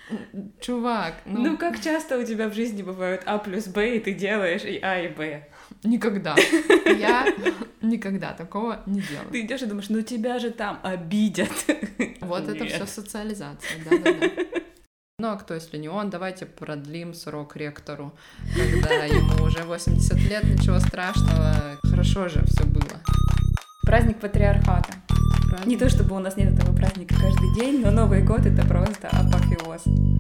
Чувак, Ну как часто у тебя в жизни бывают А плюс Б, и ты делаешь и А, и Б? Никогда. Я никогда такого не делаю. Ты идешь и думаешь, ну тебя же там обидят. Вот это Нет. все социализация, да-да-да. Ну а кто, если не он, давайте продлим срок ректору, когда ему уже 80 лет, ничего страшного, хорошо же все было. Праздник патриархата. Не то чтобы у нас нет этого праздника каждый день, но Новый год — это просто апофеоз.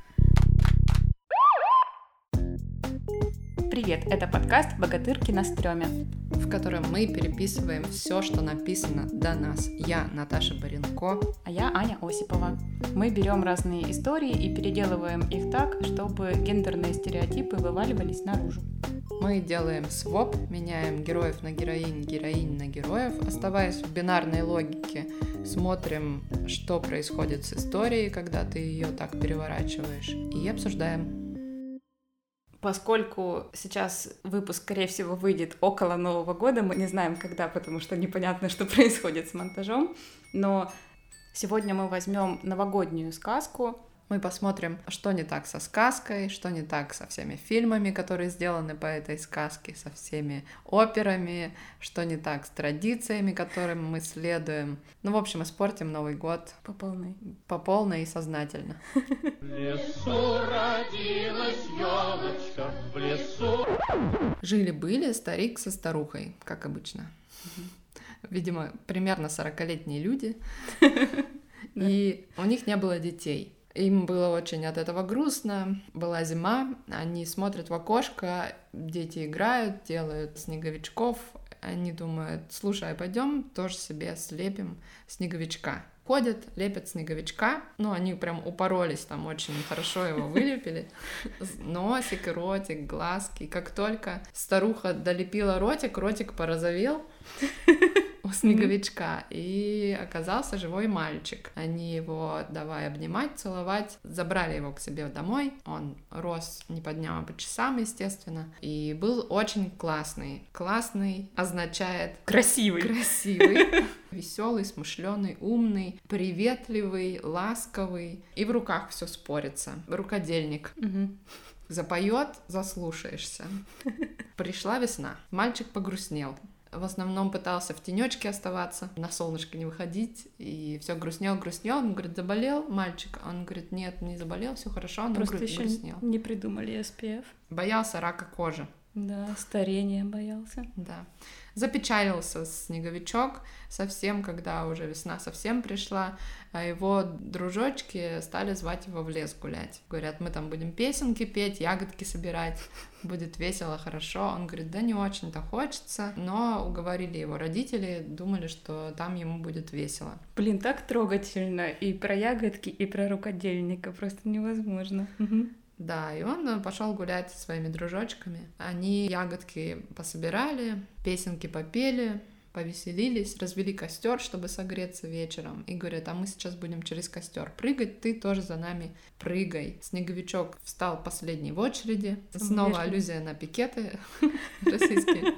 Привет, это подкаст «Богатырки на стрёме», в котором мы переписываем все, что написано до нас. Я Наташа Баренко. а я Аня Осипова. Мы берем разные истории и переделываем их так, чтобы гендерные стереотипы вываливались наружу. Мы делаем своп, меняем героев на героинь, героинь на героев, оставаясь в бинарной логике, смотрим, что происходит с историей, когда ты ее так переворачиваешь, и обсуждаем. Поскольку сейчас выпуск, скорее всего, выйдет около Нового года, мы не знаем когда, потому что непонятно, что происходит с монтажом, но сегодня мы возьмем новогоднюю сказку. Мы посмотрим, что не так со сказкой, что не так со всеми фильмами, которые сделаны по этой сказке, со всеми операми, что не так с традициями, которым мы следуем. Ну, в общем, испортим Новый год по полной и сознательно. В лесу родилась ёлочка, в лесу. Жили-были старик со старухой, как обычно. Видимо, примерно 40-летние люди. И у них не было детей. Им было очень от этого грустно. Была зима, они смотрят в окошко, дети играют, делают снеговичков. Они думают, слушай, пойдем тоже себе слепим снеговичка. Ходят, лепят снеговичка. Ну, они прям упоролись там, очень хорошо его вылепили. Носик, ротик, глазки. Как только старуха долепила ротик, ротик порозовел у снеговичка, и оказался живой мальчик. Они его, давай обнимать, целовать, забрали его к себе домой. Он рос не по дням, а по часам, естественно, и был очень классный. Классный означает Красивый. Веселый, смышленый, умный, приветливый, ласковый, и в руках все спорится. Рукодельник. Запоет, заслушаешься. Пришла весна. Мальчик погрустнел. В основном пытался в тенечке оставаться, на солнышко не выходить, и все грустнел. Он говорит, заболел мальчик? Он говорит, нет, не заболел, все хорошо, он просто еще грустнел. Не придумали SPF. Боялся рака кожи. Да, старение боялся. Да. Запечалился снеговичок совсем, когда уже весна совсем пришла, а его дружочки стали звать его в лес гулять. Говорят, мы там будем песенки петь, ягодки собирать, будет весело, хорошо. Он говорит, да не очень-то хочется, но уговорили его родители, думали, что там ему будет весело. Блин, так трогательно и про ягодки, и про рукодельника, просто невозможно. Да, и он пошел гулять со своими дружочками. Они ягодки пособирали, песенки попели, повеселились, развели костер, чтобы согреться вечером. И говорят, а мы сейчас будем через костер прыгать, ты тоже за нами прыгай. Снеговичок встал последний в очереди. Снова аллюзия на пикеты российские.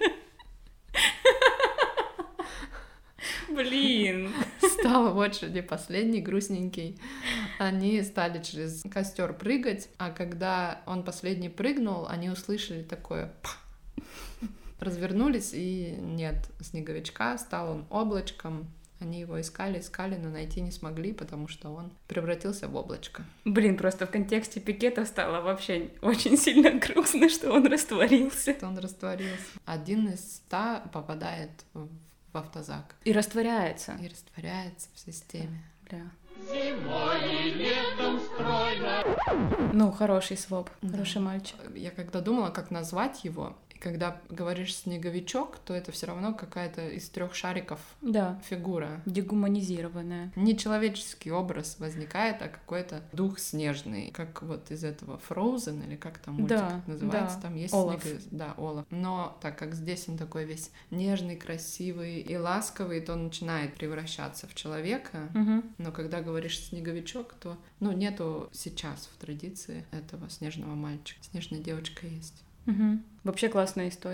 Блин! Стал в очереди последний, грустненький. Они стали через костер прыгать, а когда он последний прыгнул, они услышали такое «пах». Развернулись, и нет снеговичка, стал он облачком. Они его искали, но найти не смогли, потому что он превратился в облачко. Блин, просто в контексте пикетов стало вообще очень сильно грустно, что он растворился. Один из 100 попадает в автозак. И растворяется. В системе. Бля. Зимой и летом стройно. Ну, хороший своп, Да. хороший мальчик. Я когда думала, как назвать его, и когда говоришь снеговичок, то это все равно какая-то из 3 шариков Да. фигура. Дегуманизированная. Не человеческий образ возникает, а какой-то дух снежный, как вот из этого Frozen, или как там мультик называется, да. там есть Олаф. Да, Олаф. Но так как здесь он такой весь нежный, красивый и ласковый, то он начинает превращаться в человека. Но когда говоришь снеговичок, то нету сейчас в традиции этого снежного мальчика. Снежная девочка есть. Вообще классная история.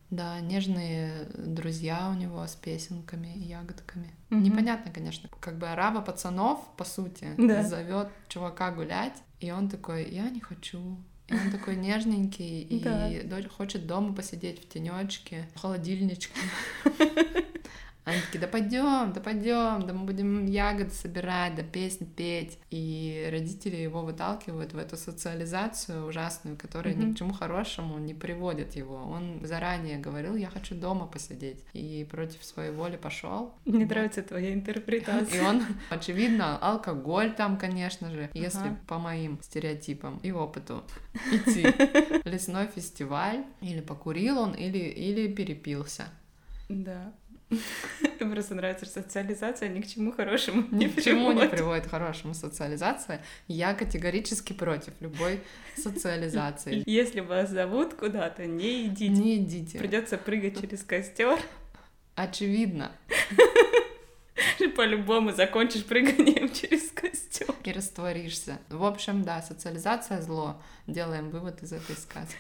Да, нежные друзья у него с песенками и ягодками. Мгм. Непонятно, конечно. Как бы арава пацанов, по сути, Да. зовет чувака гулять, и он такой: я не хочу. И он такой нежненький и Да. хочет дома посидеть в тенечке, в холодильничке. Они такие: да пойдем, да мы будем ягоды собирать, да песни петь. И родители его выталкивают в эту социализацию ужасную, которая ни к чему хорошему не приводит его. Он заранее говорил: я хочу дома посидеть. И против своей воли пошел. Мне нравится твоя И интерпретация. он, очевидно, алкоголь там, конечно же, если Ага. по моим стереотипам и опыту идти. Лесной фестиваль. Или покурил он, или перепился. Да. Мне просто нравится, что социализация ни к чему хорошему Ни не к чему не приводит. приводит к хорошему социализация. Я категорически против любой социализации. Если вас зовут куда-то, не идите. Не идите. Придется прыгать через костер. Очевидно. По-любому закончишь прыганием через костер. И растворишься. В общем, да, социализация — зло. Делаем вывод из этой сказки.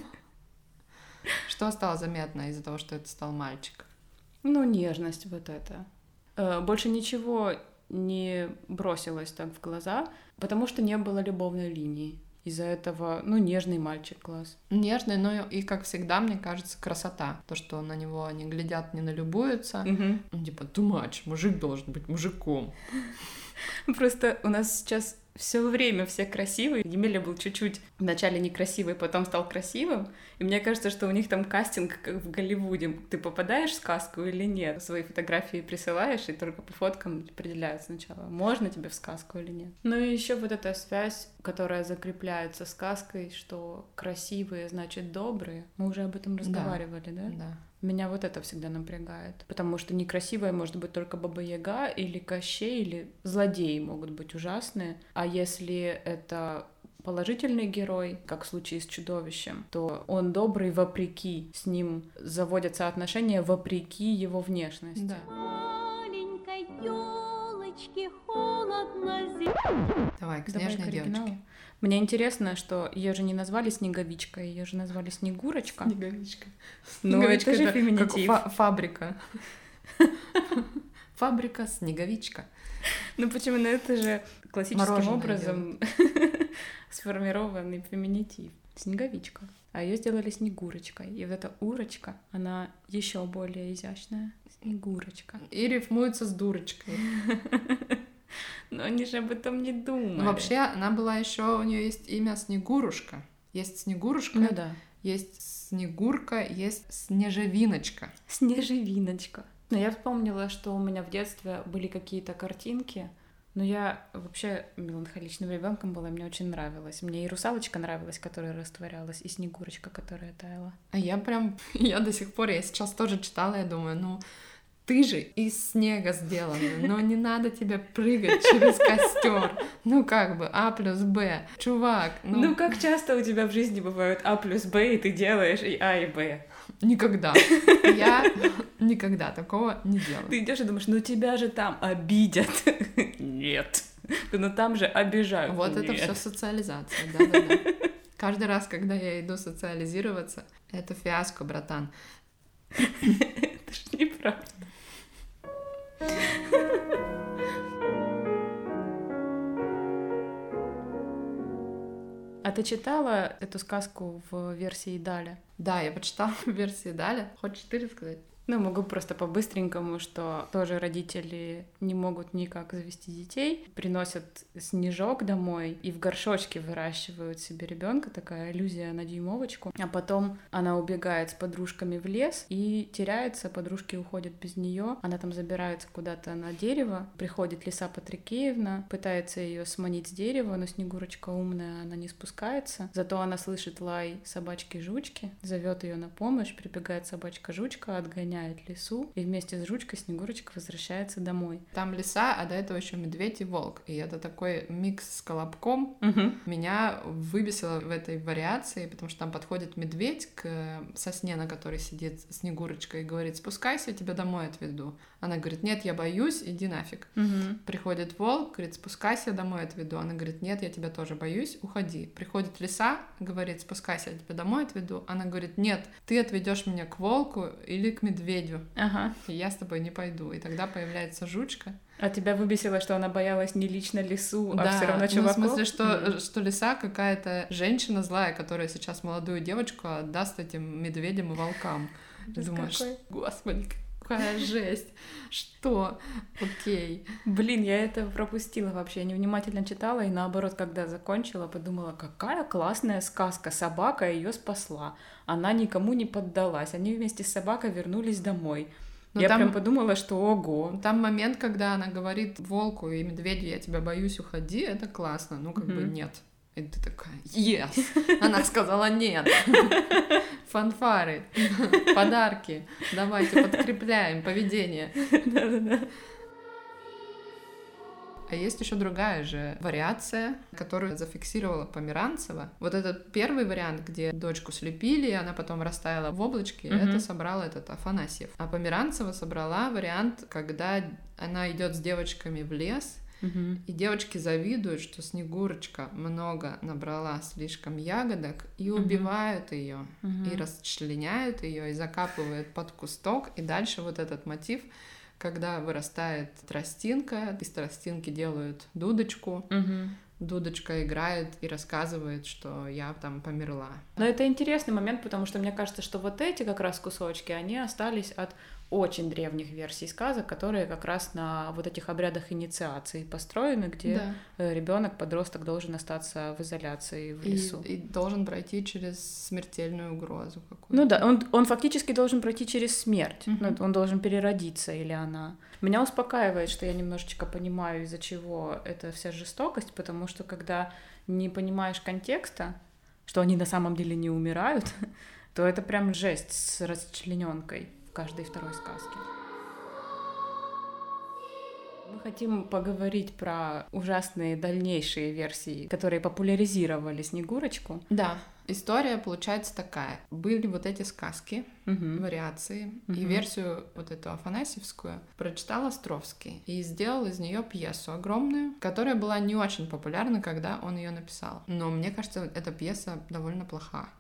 Что стало заметно из-за того, что это стал мальчик? Ну, нежность вот это. Больше ничего не бросилось так в глаза, потому что не было любовной линии. Из-за этого, ну, нежный мальчик, класс. Нежный, но и, как всегда, мне кажется, красота. То, что на него не глядят, не налюбуются. Мгм. Ну, типа, too much, мужик должен быть мужиком. Просто у нас сейчас все время все красивые. Емеля был чуть-чуть вначале некрасивый, потом стал красивым. И мне кажется, что у них там кастинг, как в Голливуде. Ты попадаешь в сказку или нет? Свои фотографии присылаешь, и только по фоткам определяют сначала, можно тебе в сказку или нет. Ну и еще вот эта связь, которая закрепляется сказкой, что красивые значит добрые. Мы уже об этом разговаривали, да? Да. Меня вот это всегда напрягает, потому что некрасивая может быть только Баба-Яга или Кощей, или злодеи могут быть ужасные. А если это положительный герой, как в случае с чудовищем, то он добрый вопреки, с ним заводятся отношения вопреки его внешности. Да. Маленькой ёлочке холодно Давай к Давай к снежной оригиналу. девочке. Мне интересно, что ее же не назвали Снеговичка, ее же назвали Снегурочка. Снеговичка. Ну, это же как феминитив. фабрика. Фабрика Снеговичка. Ну почему? Ну это же классическим Мороженое образом сформированный феминитив. Снеговичка. А ее сделали Снегурочкой. И вот эта урочка, она еще более изящная. Снегурочка. И рифмуется с дурочкой. Но они же об этом не думали. Вообще, она была еще, у нее есть имя Снегурушка. Есть Снегурушка, Ну да. есть Снегурка, есть Снежевиночка. Снежевиночка. Но я вспомнила, что у меня в детстве были какие-то картинки, но я вообще меланхоличным ребенком была, мне очень нравилось. Мне и русалочка нравилась, которая растворялась, и Снегурочка, которая таяла. А я я до сих пор, я сейчас тоже читала, я думаю, ну, ты же из снега сделана, но не надо тебе прыгать через костер. Ну, как бы, А плюс Б. Чувак, Ну, как часто у тебя в жизни бывают А плюс Б, и ты делаешь и А, и Б? никогда. Я никогда такого не делаю. Ты идешь и думаешь, ну тебя же там обидят. Нет. Ну там же обижают. Вот это Нет. все социализация, да-да-да. Каждый раз, когда я иду социализироваться, это фиаско, братан. Это ж неправда. А ты читала эту сказку в версии Даля? Да, я почитала версии Даля. Хочешь ты рассказать? Ну, могу просто по-быстренькому, что тоже родители не могут никак завести детей, приносят снежок домой и в горшочке выращивают себе ребенка, такая аллюзия на дюймовочку. А потом она убегает с подружками в лес и теряется, подружки уходят без нее. Она там забирается куда-то на дерево, приходит Лиса Патрикеевна, пытается ее сманить с дерева, но Снегурочка умная, она не спускается. Зато она слышит лай собачки-жучки, зовет ее на помощь, прибегает собачка-жучка, отгоняет расчленяет лису, и вместе с жучкой Снегурочка возвращается домой. Там лиса, а до этого еще медведь и волк. И это такой микс с колобком. Меня выбесило в этой вариации, потому что там подходит медведь к сосне, на которой сидит Снегурочка, и говорит: спускайся, я тебя домой отведу. Она говорит: нет, я боюсь, иди нафиг. Приходит волк, говорит: спускайся, домой отведу. Она говорит: нет, я тебя тоже боюсь, уходи. Приходит лиса, говорит: спускайся, я тебя домой отведу. Она говорит: нет, ты отведешь меня к волку или к медведю. И я с тобой не пойду. И тогда появляется жучка. А тебя выбесило, что она боялась не лично лису, Да, а все равно чуваков? Ну, в смысле, что лиса какая-то женщина злая, которая сейчас молодую девочку отдаст этим медведям и волкам. Ты думаешь: господи, какая жесть. Что? Окей. Блин, я это пропустила вообще, я невнимательно читала, и наоборот, когда закончила, подумала: какая классная сказка, собака ее спасла, она никому не поддалась, они вместе с собакой вернулись домой. Но я прям подумала, что ого. Там момент, когда она говорит волку и медведю: я тебя боюсь, уходи, это классно, ну как бы нет. И ты такая: yes! Она сказала нет. Фанфары, подарки, давайте подкрепляем поведение. Да-да-да. А есть еще другая же вариация, которую зафиксировала Померанцева. Вот этот первый вариант, где дочку слепили, и она потом растаяла в облачке, это собрал этот Афанасьев. А Померанцева собрала вариант, когда она идет с девочками в лес, и девочки завидуют, что Снегурочка много набрала слишком ягодок, и убивают ее, и расчленяют ее, и закапывают под кусток. И дальше вот этот мотив, когда вырастает тростинка, из тростинки делают дудочку, дудочка играет и рассказывает, что я там померла. Но это интересный момент, потому что мне кажется, что вот эти как раз кусочки, они остались от очень древних версий сказок, которые как раз на вот этих обрядах инициации построены, где ребенок, подросток должен остаться в изоляции в лесу. И должен пройти через смертельную угрозу какую-то. Ну да, он фактически должен пройти через смерть. Он должен переродиться, или она. Меня успокаивает, что я немножечко понимаю, из-за чего эта вся жестокость, потому что когда не понимаешь контекста, что они на самом деле не умирают, то это прям жесть с расчлененкой в каждой второй сказке. Мы хотим поговорить про ужасные дальнейшие версии, которые популяризировали Снегурочку. Да, история получается такая. Были вот эти сказки, вариации, и версию вот эту афанасьевскую прочитал Островский и сделал из нее пьесу огромную, которая была не очень популярна, когда он ее написал. Но мне кажется, эта пьеса довольно плоха.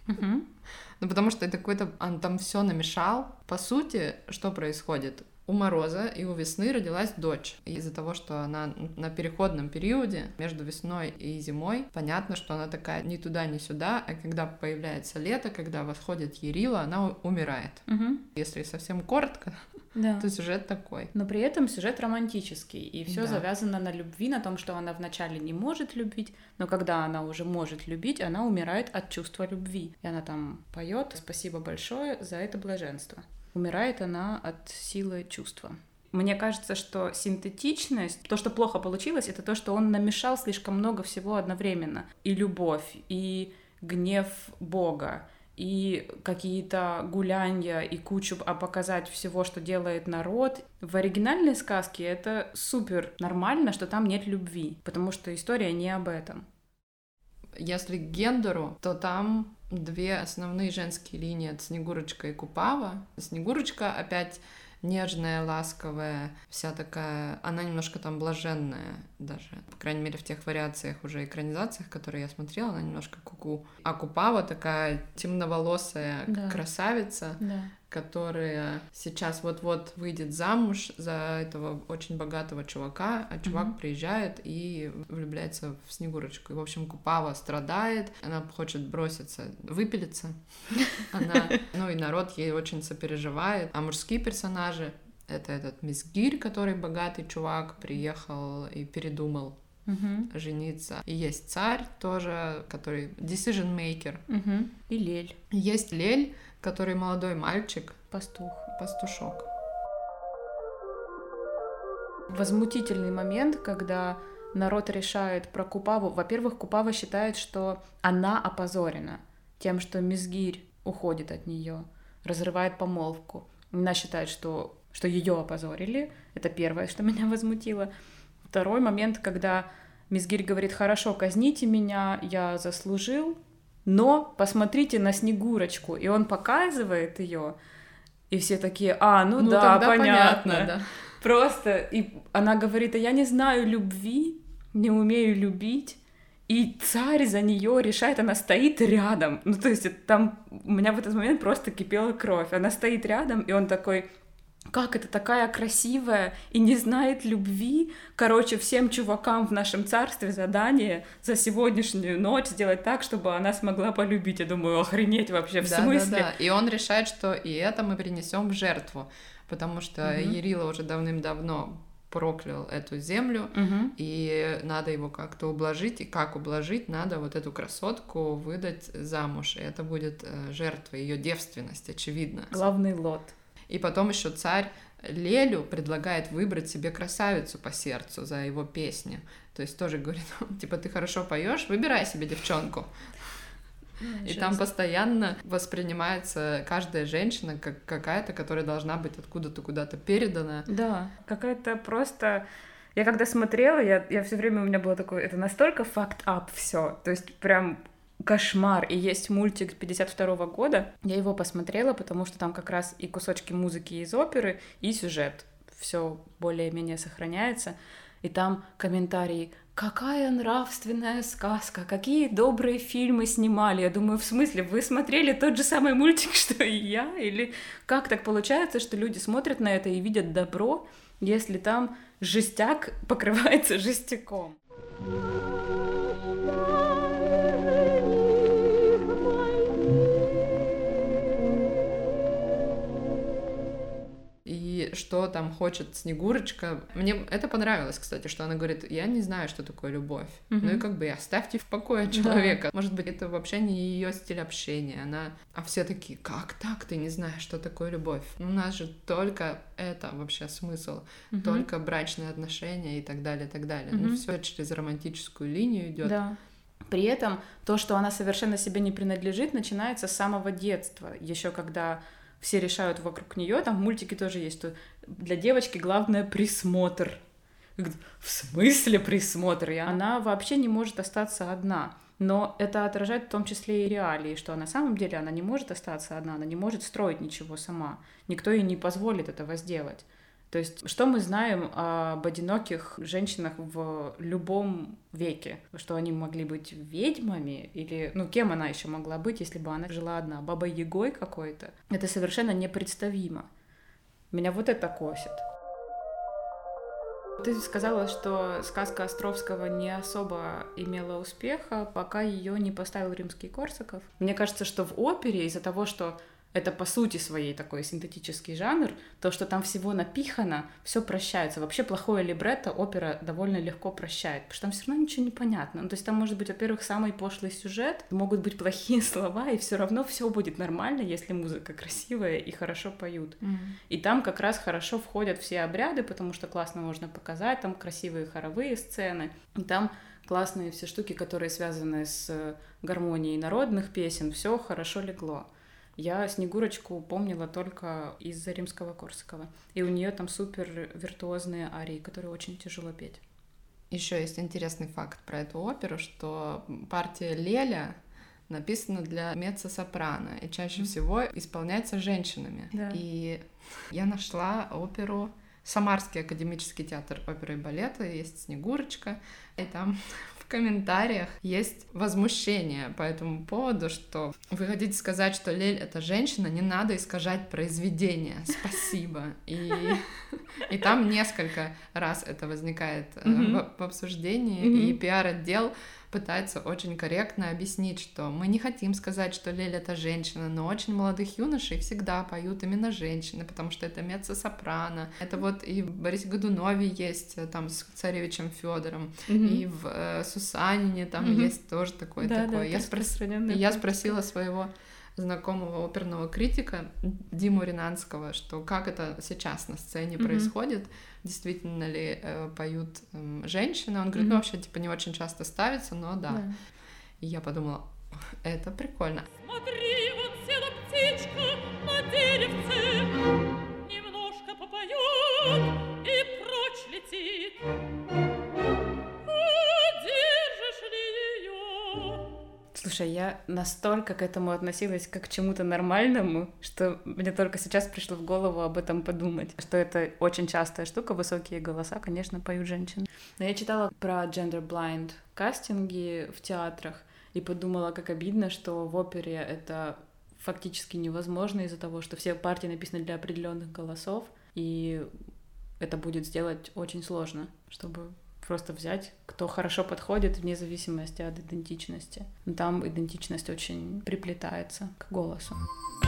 Ну, потому что это какой-то... Он там все намешал. По сути, что происходит? У Мороза и у Весны родилась дочь. И из-за того, что она на переходном периоде между весной и зимой, понятно, что она такая ни туда, ни сюда, а когда появляется лето, когда восходит Ярила, она умирает. Если совсем коротко, то сюжет такой. Но при этом сюжет романтический, и все завязано на любви, на том, что она вначале не может любить, но когда она уже может любить, она умирает от чувства любви. И она там поет: «Спасибо большое за это блаженство». Умирает она от силы чувства. Мне кажется, что синтетичность, то, что плохо получилось, это то, что он намешал слишком много всего одновременно. И любовь, и гнев Бога, и какие-то гулянья, и кучу показать всего, что делает народ. В оригинальной сказке это супер нормально, что там нет любви, потому что история не об этом. Если к гендеру, то там две основные женские линии — это Снегурочка и Купава. Снегурочка опять нежная, ласковая, вся такая, она немножко там блаженная даже, по крайней мере в тех вариациях, уже экранизациях, которые я смотрела, она немножко куку. А Купава такая темноволосая красавица, которая сейчас вот-вот выйдет замуж за этого очень богатого чувака, а чувак приезжает и влюбляется в Снегурочку. И, в общем, Купава страдает, она хочет броситься, выпилиться. Она, ну и народ ей очень сопереживает. А мужские персонажи — это этот Мизгирь, который богатый чувак, приехал и передумал жениться. И есть царь тоже, который decision maker. И Лель. Есть Лель, который молодой мальчик. Пастушок. Возмутительный момент, когда народ решает про Купаву. Во-первых, Купава считает, что она опозорена тем, что Мизгирь уходит от нее, разрывает помолвку. Она считает, что ее опозорили. Это первое, что меня возмутило. Второй момент, когда Мизгирь говорит: хорошо, казните меня, я заслужил, но посмотрите на Снегурочку. И он показывает ее, и все такие: ну да, понятно. Да. Просто, и она говорит: а я не знаю любви, не умею любить. И царь за нее решает, она стоит рядом. Ну, то есть там у меня в этот момент просто кипела кровь. Она стоит рядом, и он такой: как это такая красивая и не знает любви? Короче, всем чувакам в нашем царстве задание за сегодняшнюю ночь сделать так, чтобы она смогла полюбить. Я думаю, охренеть вообще, в смысле? Да. И он решает, что и это мы принесем в жертву, потому что Ярила уже давным-давно проклял эту землю, и надо его как-то ублажить, и как ублажить, надо вот эту красотку выдать замуж, и это будет жертва, ее девственность, очевидно. Главный лот. И потом еще царь Лелю предлагает выбрать себе красавицу по сердцу за его песни, то есть тоже говорит, типа, ты хорошо поешь, выбирай себе девчонку. И там постоянно воспринимается каждая женщина как какая-то, которая должна быть откуда-то куда-то передана. Да, какая-то просто... Я когда смотрела, я все время, у меня было такое, это настолько fucked up все, то есть прям кошмар. И есть мультик 52-го года, я его посмотрела, потому что там как раз и кусочки музыки из оперы, и сюжет. Все более-менее сохраняется. И там комментарии: какая нравственная сказка, какие добрые фильмы снимали. Я думаю, в смысле, вы смотрели тот же самый мультик, что и я? Или как так получается, что люди смотрят на это и видят добро, если там жестяк покрывается жестяком? И что там хочет Снегурочка. Мне это понравилось, кстати, что она говорит: я не знаю, что такое любовь. Ну и как бы оставьте в покое человека. Может быть, это вообще не ее стиль общения. А все такие: как так ты не знаешь, что такое любовь? У нас же только это вообще смысл, только брачные отношения и так далее, и так далее. Ну все через романтическую линию идет. Да. При этом то, что она совершенно себе не принадлежит, начинается с самого детства. Еще когда все решают вокруг нее, там в мультике тоже есть, что для девочки главное присмотр. В смысле присмотр? И она вообще не может остаться одна. Но это отражает в том числе и реалии, что на самом деле она не может остаться одна, она не может строить ничего сама. Никто ей не позволит этого сделать. То есть, что мы знаем об одиноких женщинах в любом веке? Что они могли быть ведьмами? Или, кем она еще могла быть, если бы она жила одна? Бабой-ягой какой-то? Это совершенно непредставимо. Меня вот это косит. Ты сказала, что сказка Островского не особо имела успеха, пока ее не поставил Римский-Корсаков. Мне кажется, что в опере из-за того, что это по сути своей такой синтетический жанр, то, что там всего напихано, все прощается. Вообще плохое либретто опера довольно легко прощает, потому что там все равно ничего не понятно. То есть там может быть, во-первых, самый пошлый сюжет, могут быть плохие слова, и все равно все будет нормально, если музыка красивая и хорошо поют. И там как раз хорошо входят все обряды, потому что классно можно показать, там красивые хоровые сцены, и там классные все штуки, которые связаны с гармонией народных песен, все хорошо легло. Я Снегурочку помнила только из-за Римского-Корсакова. И у нее там супер виртуозные арии, которые очень тяжело петь. Еще есть интересный факт про эту оперу, что партия Леля написана для меццо-сопрано и чаще всего исполняется женщинами. Да. И я нашла оперу Самарский академический театр оперы и балета, есть Снегурочка, и там в комментариях есть возмущение по этому поводу, что вы хотите сказать, что Лель — это женщина, не надо искажать произведение, спасибо. И там несколько раз это возникает в обсуждении, и пиар-отдел пытается очень корректно объяснить, что мы не хотим сказать, что Лель — это женщина, но очень молодых юношей всегда поют именно женщины, потому что это меццо-сопрано. Это вот и в Борисе Годунове есть там с царевичем Федором, и в Сусанине там есть тоже такое. Я спросила своего знакомого оперного критика Диму Ринанского, что как это сейчас на сцене происходит, действительно ли поют женщины. Он говорит, вообще типа не очень часто ставится, но да. И я подумала, это прикольно. Смотри, вот села птичка на деревце. Слушай, я настолько к этому относилась как к чему-то нормальному, что мне только сейчас пришло в голову об этом подумать, что это очень частая штука, высокие голоса, конечно, поют женщины. Но я читала про gender-blind кастинги в театрах и подумала, как обидно, что в опере это фактически невозможно из-за того, что все партии написаны для определенных голосов, и это будет сделать очень сложно, чтобы просто взять, кто хорошо подходит вне зависимости от идентичности. Но там идентичность очень приплетается к голосу.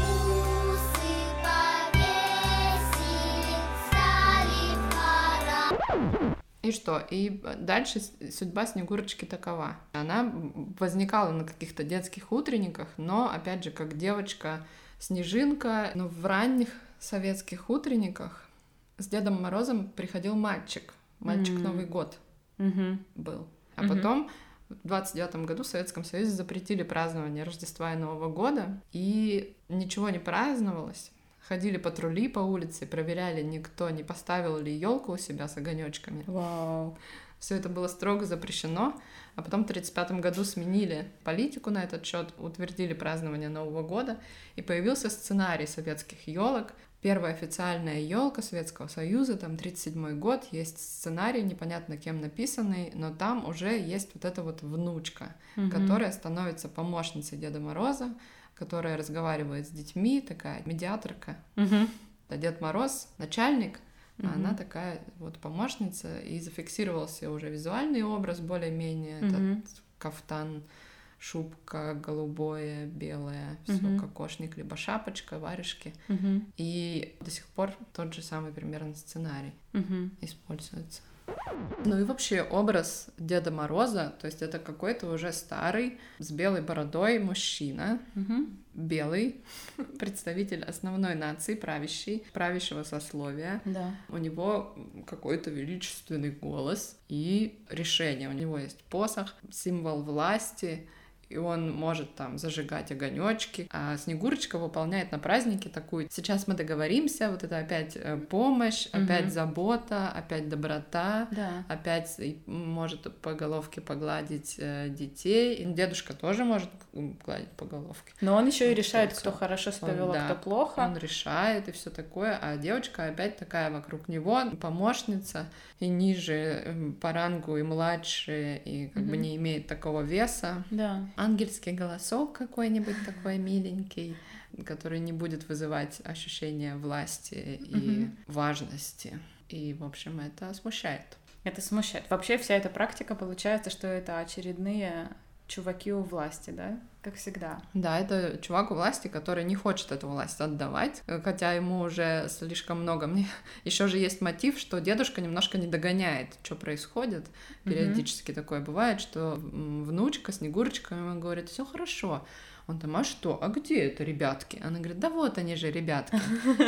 И что? И дальше судьба Снегурочки такова. Она возникала на каких-то детских утренниках, но, опять же, как девочка-снежинка, но в ранних советских утренниках с Дедом Морозом приходил мальчик. Мальчик Новый год был. А потом в 29-м году в Советском Союзе запретили празднование Рождества и Нового года, и ничего не праздновалось. Ходили патрули по улице, проверяли, никто не поставил ли елку у себя с огонечками. Вау. Все это было строго запрещено, а потом в 1935 году сменили политику на этот счет, утвердили празднование Нового года, и появился сценарий советских елок. Первая официальная елка Советского Союза, там 1937 год, есть сценарий, непонятно кем написанный, но там уже есть вот эта вот внучка, которая становится помощницей Деда Мороза, которая разговаривает с детьми, такая медиаторка. А Дед Мороз начальник, а она такая вот помощница, и зафиксировался уже визуальный образ более-менее, этот кафтан, шубка голубое, белое, все кокошник, либо шапочка, варежки. И до сих пор тот же самый примерно сценарий используется. Ну и вообще образ Деда Мороза, то есть это какой-то уже старый, с белой бородой мужчина, белый, представитель основной нации, правящего сословия. Да. У него какой-то величественный голос и решение. У него есть посох, символ власти, и он может там зажигать огонечки. А Снегурочка выполняет на празднике такую: сейчас мы договоримся, вот это опять помощь, опять забота, опять доброта, опять может по головке погладить детей. И дедушка тоже может гладить по головке. Но он еще и решает, кто хорошо себя вел, а кто плохо. Он решает и все такое, а девочка опять такая вокруг него, помощница, и ниже по рангу, и младше, и как бы не имеет такого веса. Да. Ангельский голосок какой-нибудь такой миленький, который не будет вызывать ощущение власти и важности. И, в общем, это смущает. Это смущает. Вообще вся эта практика, получается, что это очередные чуваки у власти, да? Как всегда. Да, это чувак у власти, который не хочет эту власть отдавать, хотя ему уже слишком много. Мне еще же есть мотив, что дедушка немножко не догоняет, что происходит. Периодически такое бывает, что внучка, Снегурочка, ему говорит: все хорошо. Он там: а что? А где это ребятки? Она говорит: да вот они же, ребятки.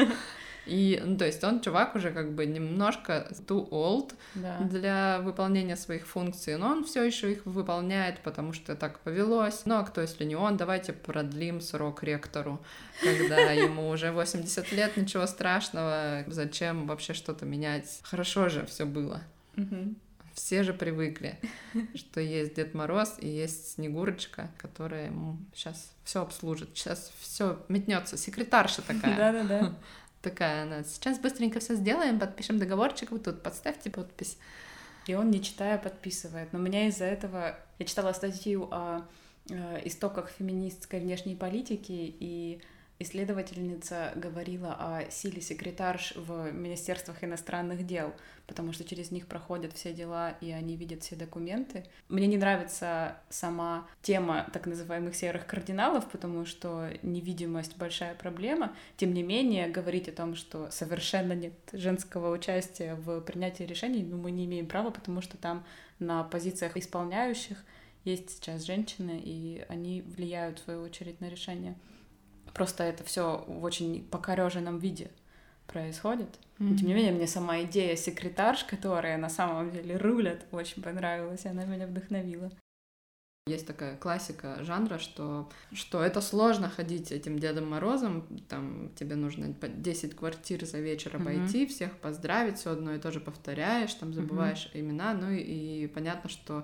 И, ну, то есть он, чувак, уже как бы немножко too old для выполнения своих функций, но он все еще их выполняет, потому что так повелось. Ну, а кто, если не он? Давайте продлим срок ректору, когда ему уже 80 лет, ничего страшного, зачем вообще что-то менять? Хорошо же все было. Все же привыкли, что есть Дед Мороз и есть Снегурочка, которая ему сейчас все обслужит, сейчас все метнется, секретарша такая. Да-да-да. Такая она: сейчас быстренько все сделаем, подпишем договорчик, вот тут подставьте подпись. И он, не читая, подписывает. Но у меня из-за этого... Я читала статью о истоках феминистской внешней политики, и исследовательница говорила о силе секретарш в Министерствах иностранных дел, потому что через них проходят все дела, и они видят все документы. Мне не нравится сама тема так называемых серых кардиналов, потому что невидимость — большая проблема. Тем не менее, говорить о том, что совершенно нет женского участия в принятии решений, мы не имеем права, потому что там на позициях исполняющих есть сейчас женщины, и они влияют, в свою очередь, на решение. Просто это все в очень покорёженном виде происходит. Но, тем не менее, мне сама идея секретарш, которые на самом деле рулят, очень понравилась, и она меня вдохновила. Есть такая классика жанра, что это сложно ходить этим Дедом Морозом, там тебе нужно 10 квартир за вечер обойти, всех поздравить, все одно и то же повторяешь, там забываешь имена, ну и понятно, что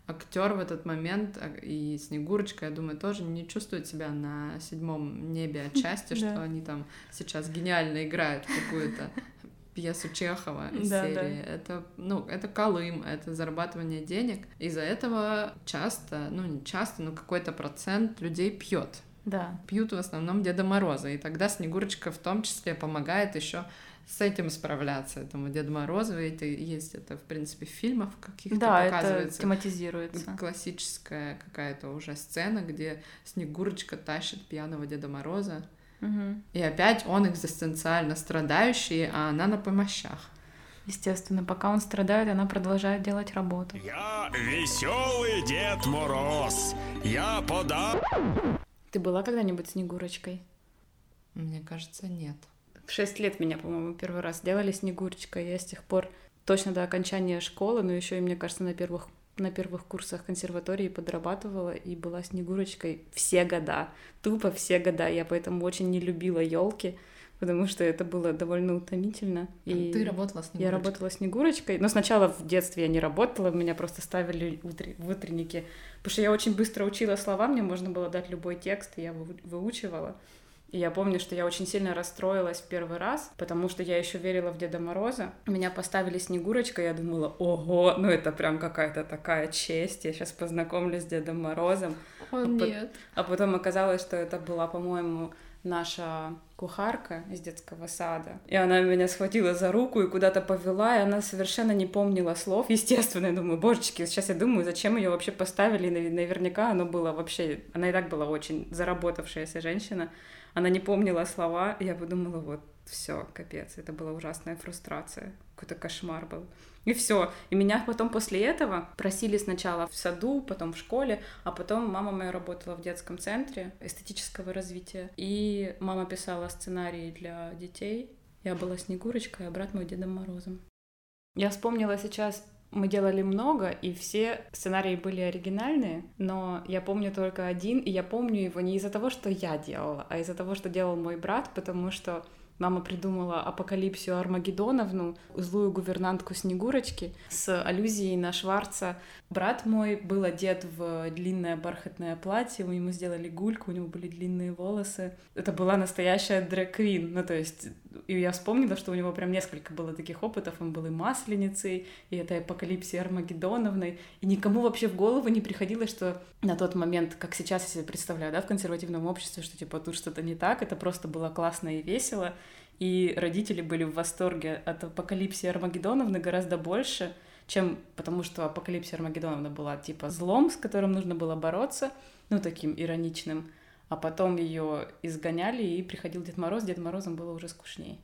актер в этот момент и Снегурочка, я думаю, тоже не чувствуют себя на 7 небе отчасти, что они там сейчас гениально играют какую-то пьесу Чехова из серии. Это, это Колым, это зарабатывание денег. Из-за этого часто, не часто, но какой-то процент людей пьет. Да. Пьют в основном Деда Мороза, и тогда Снегурочка в том числе помогает еще с этим справляться, этому Деду Морозу, это есть, это, в принципе, в фильмах каких-то показывается. Это тематизируется. Классическая какая-то уже сцена, где Снегурочка тащит пьяного Деда Мороза, и опять он экзистенциально страдающий, а она на помощах. Естественно, пока он страдает, она продолжает делать работу. Я веселый Дед Мороз, я подам... Ты была когда-нибудь Снегурочкой? Мне кажется, нет. В 6 лет меня, по-моему, первый раз делали Снегурочкой. Я с тех пор точно до окончания школы, но еще и, мне кажется, на первых курсах консерватории подрабатывала и была Снегурочкой все года. Тупо все года. Я поэтому очень не любила елки, потому что это было довольно утомительно. И ты работала Снегурочкой? Я работала Снегурочкой. Но сначала в детстве я не работала, меня просто ставили в утренники. Потому что я очень быстро учила слова, мне можно было дать любой текст, и я выучивала. И я помню, что я очень сильно расстроилась в первый раз, потому что я еще верила в Деда Мороза. Меня поставили Снегурочкой, я думала, ого, это прям какая-то такая честь, я сейчас познакомлюсь с Дедом Морозом. Нет. А потом оказалось, что это была, по-моему, наша кухарка из детского сада. И она меня схватила за руку и куда-то повела, и она совершенно не помнила слов. Естественно, я думаю, божечки, сейчас я думаю, зачем ее вообще поставили, наверняка оно было вообще... Она и так была очень заработавшаяся женщина. Она не помнила слова, и я подумала, вот, все, капец, это была ужасная фрустрация, какой-то кошмар был. И все. И меня потом после этого просили сначала в саду, потом в школе, а потом мама моя работала в детском центре эстетического развития, и мама писала сценарии для детей. Я была Снегурочкой, а брат мой Дедом Морозом. Я вспомнила сейчас... Мы делали много, и все сценарии были оригинальные, но я помню только один, и я помню его не из-за того, что я делала, а из-за того, что делал мой брат, потому что мама придумала Апокалипсию Армагеддоновну, злую гувернантку Снегурочки, с аллюзией на Шварца. Брат мой был одет в длинное бархатное платье, мы ему сделали гульку, у него были длинные волосы. Это была настоящая дрэг-квин, то есть... И я вспомнила, что у него прям несколько было таких опытов. Он был и Масленицей, и этой Апокалипсией Армагеддоновной. И никому вообще в голову не приходило, что на тот момент, как сейчас я себе представляю, в консервативном обществе, что тут что-то не так. Это просто было классно и весело. И родители были в восторге от Апокалипсии Армагеддоновны гораздо больше, чем... Потому что Апокалипсия Армагеддоновна была злом, с которым нужно было бороться, таким ироничным. А потом ее изгоняли, и приходил Дед Мороз. Дед Морозом было уже скучнее.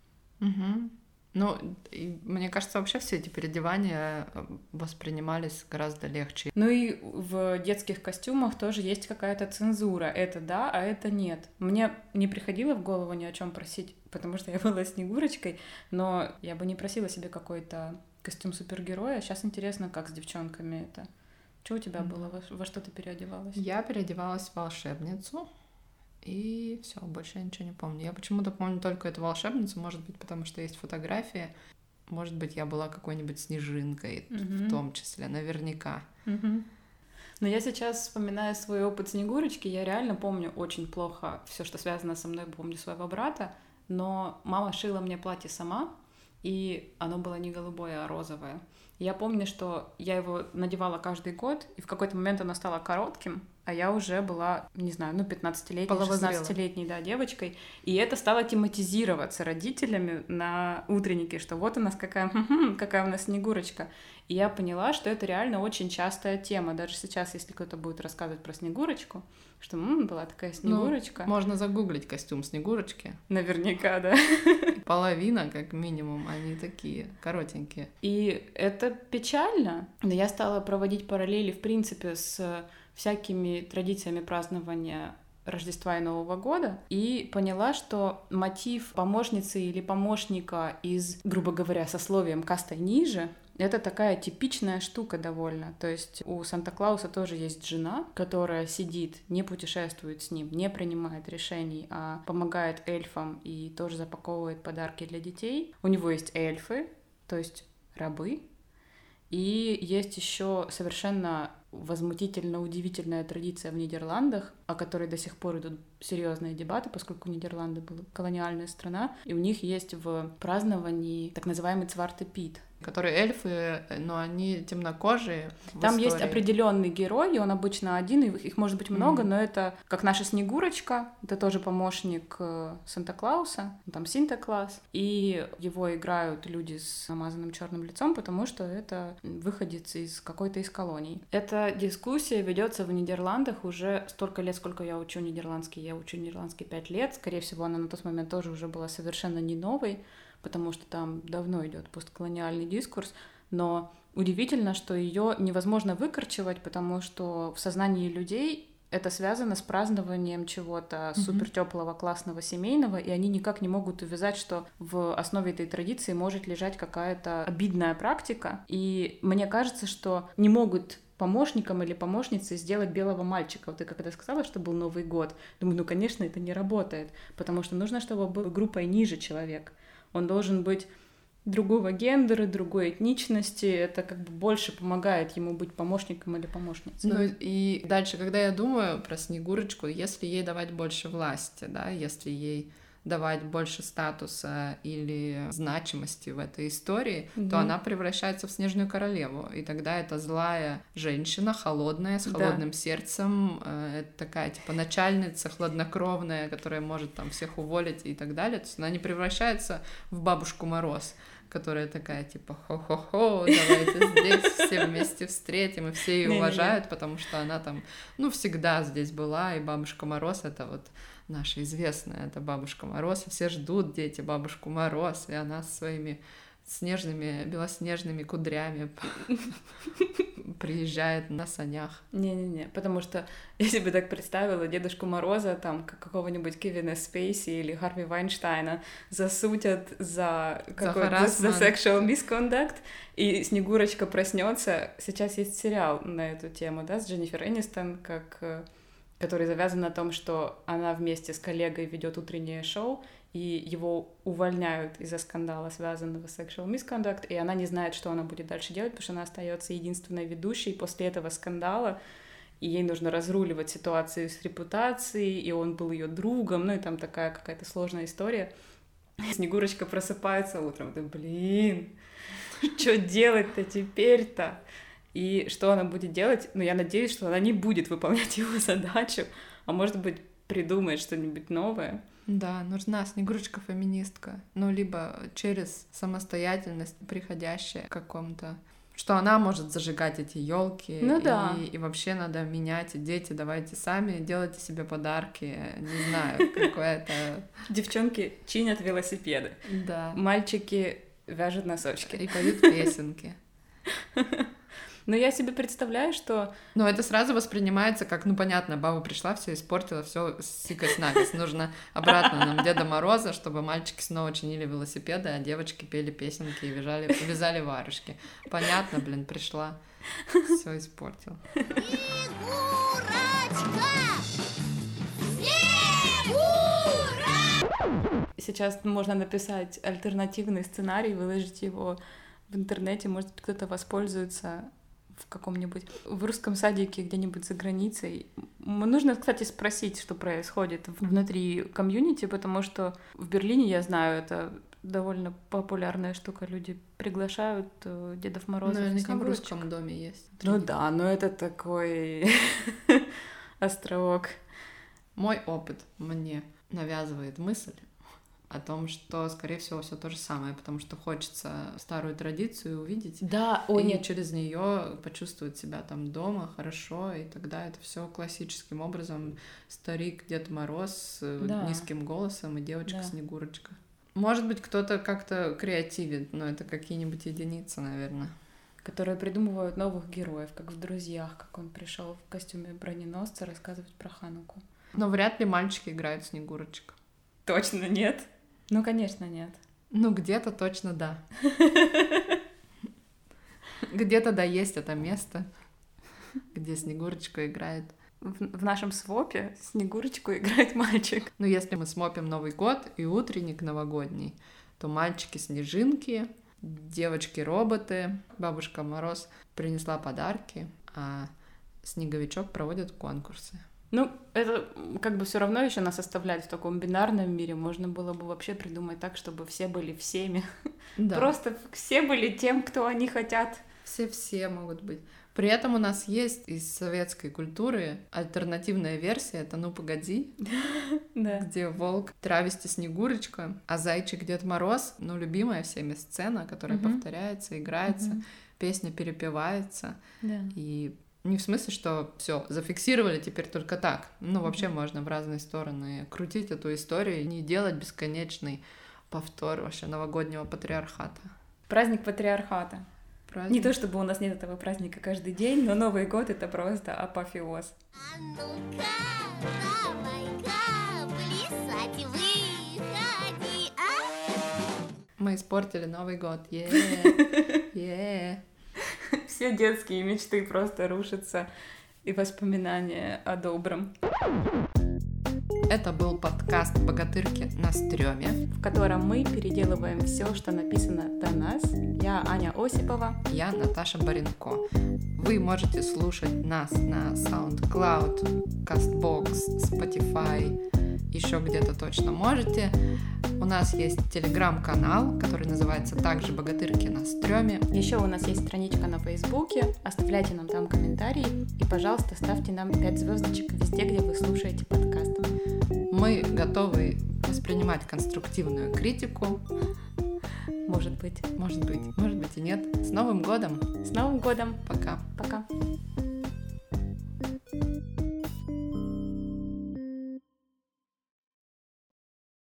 Мне кажется, вообще все эти переодевания воспринимались гораздо легче. И в детских костюмах тоже есть какая-то цензура. Это да, а это нет. Мне не приходило в голову ни о чем просить, потому что я была Снегурочкой, но я бы не просила себе какой-то костюм супергероя. Сейчас интересно, как с девчонками это... Что у тебя было? Во что ты переодевалась? Я переодевалась в волшебницу, и все, больше я ничего не помню. Я почему-то помню только эту волшебницу, может быть, потому что есть фотографии. Может быть, я была какой-нибудь снежинкой, в том числе, наверняка. Но я сейчас вспоминаю свой опыт Снегурочки, я реально помню очень плохо все, что связано со мной, помню своего брата, но мама шила мне платье сама, и оно было не голубое, а розовое. Я помню, что я его надевала каждый год, и в какой-то момент оно стало коротким, а я уже была, не знаю, 15-летней, 16-летней, девочкой, и это стало тематизироваться родителями на утреннике, что вот у нас какая у нас Снегурочка. И я поняла, что это реально очень частая тема. Даже сейчас, если кто-то будет рассказывать про Снегурочку, что была такая Снегурочка. Можно загуглить костюм Снегурочки. Наверняка, да. Половина, как минимум, они такие коротенькие. И это печально. Но я стала проводить параллели, в принципе, с всякими традициями празднования Рождества и Нового года, и поняла, что мотив помощницы или помощника из, грубо говоря, сословием кастой ниже, это такая типичная штука довольно. То есть у Санта-Клауса тоже есть жена, которая сидит, не путешествует с ним, не принимает решений, а помогает эльфам и тоже запаковывает подарки для детей. У него есть эльфы, то есть рабы, И есть еще совершенно возмутительно удивительная традиция в Нидерландах, о которой до сих пор идут серьезные дебаты, поскольку Нидерланды была колониальная страна, и у них есть в праздновании так называемый Цварте Пит. Которые эльфы, но они темнокожие. Там есть определенный герой, и он обычно один, и их может быть много, но это как наша Снегурочка, это тоже помощник Санта-Клауса, там Синта-Клаус, и его играют люди с намазанным черным лицом, потому что это выходец из какой-то из колоний. Эта дискуссия ведется в Нидерландах уже столько лет, сколько я учу нидерландский. Я учу нидерландский 5 лет, скорее всего, она на тот момент тоже уже была совершенно не новой, потому что там давно идет постколониальный дискурс, но удивительно, что ее невозможно выкорчевать, потому что в сознании людей это связано с празднованием чего-то супер теплого, классного, семейного, и они никак не могут увязать, что в основе этой традиции может лежать какая-то обидная практика. И мне кажется, что не могут помощником или помощницей сделать белого мальчика. Вот ты когда сказала, что был Новый год, думаю, ну, конечно, это не работает, потому что нужно, чтобы был группой ниже человек. Он должен быть другого гендера, другой этничности. Это как бы больше помогает ему быть помощником или помощницей. Ну и дальше, когда я думаю про Снегурочку, если ей давать больше власти, да, если ей давать больше статуса или значимости в этой истории, то она превращается в Снежную королеву. И тогда это злая женщина, холодная, с холодным сердцем, это такая типа начальница, хладнокровная, которая может там всех уволить и так далее. То есть она не превращается в Бабушку Мороз, которая такая типа хо-хо-хо, давайте здесь все вместе встретим, и все ее уважают, потому что она там, ну, всегда здесь была, и Бабушка Мороз — это вот наша известная, это Бабушка Мороз, и все ждут дети Бабушку Мороз, и она со своими снежными, белоснежными кудрями приезжает на санях. Не-не-не, потому что я себе так представила Дедушку Мороза, там, какого-нибудь Кевина Спейси или Харви Вайнштейна засудят за sexual misconduct, и Снегурочка проснется. Сейчас есть сериал на эту тему, да, с Дженнифер Энистон, который завязан на том, что она вместе с коллегой ведет утреннее шоу, и его увольняют из-за скандала, связанного с sexual misconduct, и она не знает, что она будет дальше делать, потому что она остается единственной ведущей после этого скандала, и ей нужно разруливать ситуацию с репутацией, и он был ее другом, ну и там такая какая-то сложная история. Снегурочка просыпается утром, да блин, что делать-то теперь-то? И что она будет делать? Ну, я надеюсь, что она не будет выполнять его задачу, а может быть, придумает что-нибудь новое. Да, нужна Снегурочка-феминистка. Ну, либо через самостоятельность, приходящая к какому-то... Что она может зажигать эти елки, ну, да. И вообще надо менять. Дети, давайте сами делайте себе подарки. Не знаю, какое-то... Девчонки чинят велосипеды. Да. Мальчики вяжут носочки. И поют песенки. Но я себе представляю, что... Но это сразу воспринимается как, ну, понятно, баба пришла, все испортила, все сикось-накось. Нужно обратно нам Деда Мороза, чтобы мальчики снова чинили велосипеды, а девочки пели песенки и вязали варежки. Понятно, блин, пришла, все испортила. Сейчас можно написать альтернативный сценарий, выложить его в интернете, может быть, кто-то воспользуется в каком-нибудь... в русском садике где-нибудь за границей. Нужно, кстати, спросить, что происходит внутри комьюнити, потому что в Берлине, я знаю, это довольно популярная штука. Люди приглашают Дедов Морозов. Наверняка в русском доме есть. Ну да, но это такой островок. Мой опыт мне навязывает мысль о том, что, скорее всего, все то же самое, потому что хочется старую традицию увидеть, да, и через нее почувствовать себя там дома хорошо, и тогда это все классическим образом: старик Дед Мороз с низким голосом и девочка Снегурочка. Может быть, кто-то как-то креативит, но это какие-нибудь единицы, наверное, которые придумывают новых героев, как в «Друзьях», как он пришел в костюме броненосца рассказывать про Хануку. Но вряд ли мальчики играют Снегурочек. Точно нет? Ну, конечно, нет. Ну, где-то точно да. Где-то да есть это место, где Снегурочка играет. В нашем свопе Снегурочку играет мальчик. Ну, если мы смопим Новый год и утренник новогодний, то мальчики-снежинки девочки-роботы. Бабушка Мороз принесла подарки, а Снеговичок проводит конкурсы. Ну, это как бы все равно еще нас оставляет в таком бинарном мире. Можно было бы вообще придумать так, чтобы все были всеми. Да. Просто все были тем, кто они хотят. Все могут быть. При этом у нас есть из советской культуры альтернативная версия, это «Ну, погоди», где волк травести Снегурочка, а зайчик Дед Мороз, ну, любимая всеми сцена, которая повторяется, играется, песня перепевается. И не в смысле, что все зафиксировали теперь только так. Ну, вообще можно в разные стороны крутить эту историю и не делать бесконечный повтор вообще новогоднего патриархата. Праздник патриархата. Не то чтобы у нас нет этого праздника каждый день, но Новый год — это просто апофеоз. А ну-ка, давай-ка, плясать выходи, а? Мы испортили Новый год. Все детские мечты просто рушатся, и воспоминания о добром. Это был подкаст «Богатырки на стрёме», в котором мы переделываем все, что написано до нас. Я Аня Осипова. Я Наташа Баренко. Вы можете слушать нас на SoundCloud, CastBox, Spotify, еще где-то точно можете. У нас есть телеграм-канал, который называется также «Богатырки на стрёме». Еще у нас есть страничка на Фейсбуке. Оставляйте нам там комментарии и, пожалуйста, ставьте нам 5 звездочек везде, где вы слушаете подкаст. Мы готовы воспринимать конструктивную критику. Может быть и нет. С Новым годом! С Новым годом! Пока! Пока!